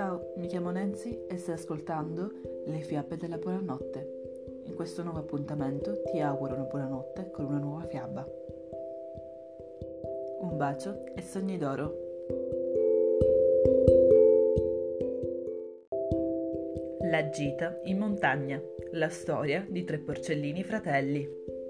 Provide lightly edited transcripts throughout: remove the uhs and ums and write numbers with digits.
Ciao, mi chiamo Nancy e stai ascoltando Le fiabe della buonanotte. In questo nuovo appuntamento ti auguro una buonanotte con una nuova fiaba. Un bacio e sogni d'oro. La gita in montagna, la storia di tre porcellini fratelli.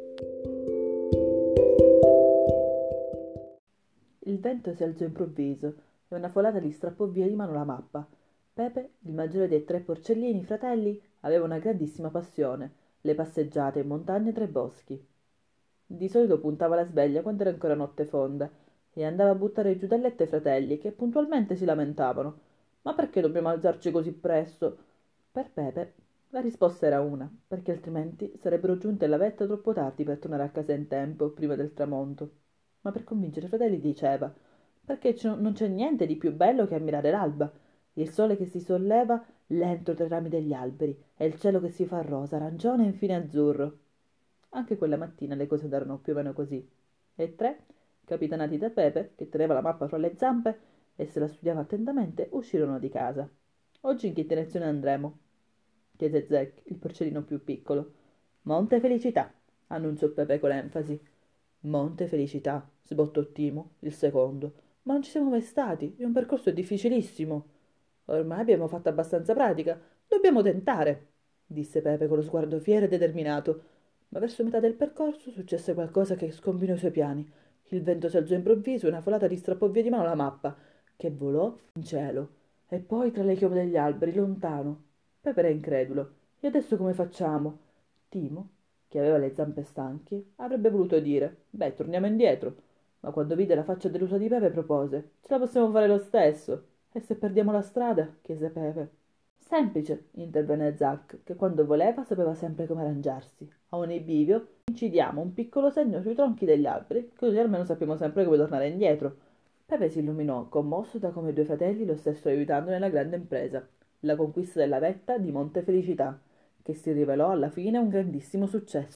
Il vento si alzò improvviso e una folata gli strappò via di mano la mappa. Pepe, il maggiore dei tre porcellini fratelli, aveva una grandissima passione, le passeggiate in montagna tra i boschi. Di solito puntava la sveglia quando era ancora notte fonda e andava a buttare giù dal letto i fratelli, che puntualmente si lamentavano. Ma perché dobbiamo alzarci così presto? Per Pepe la risposta era una, perché altrimenti sarebbero giunti alla vetta troppo tardi per tornare a casa in tempo, prima del tramonto. Ma per convincere i fratelli diceva, perché non c'è niente di più bello che ammirare l'alba, il sole che si solleva lento tra i rami degli alberi e il cielo che si fa rosa, arancione e infine azzurro. Anche quella mattina le cose andarono più o meno così. E tre, capitanati da Pepe, che teneva la mappa fra le zampe e se la studiava attentamente, uscirono di casa. Oggi in che direzione andremo? Chiese Zack, il porcellino più piccolo. Monte Felicità, annunciò Pepe con enfasi. Monte Felicità, sbottò Timo, il secondo. Ma non ci siamo mai stati, è un percorso difficilissimo. Ormai abbiamo fatto abbastanza pratica, dobbiamo tentare, disse Pepe con lo sguardo fiero e determinato. Ma verso metà del percorso successe qualcosa che scombinò i suoi piani. Il vento si alzò improvviso e una folata gli strappò via di mano la mappa, che volò in cielo, e poi tra le chiome degli alberi, lontano. Pepe era incredulo. E adesso come facciamo? Timo, che aveva le zampe stanche, avrebbe voluto dire: beh, torniamo indietro. Ma quando vide la faccia delusa di Pepe propose: ce la possiamo fare lo stesso. E se perdiamo la strada? Chiese Pepe. Semplice, intervenne Zack, che quando voleva sapeva sempre come arrangiarsi. A ogni bivio incidiamo un piccolo segno sui tronchi degli alberi, così almeno sappiamo sempre come tornare indietro. Pepe si illuminò, commosso da come i due fratelli lo stessero aiutando nella grande impresa, la conquista della vetta di Monte Felicità, che si rivelò alla fine un grandissimo successo.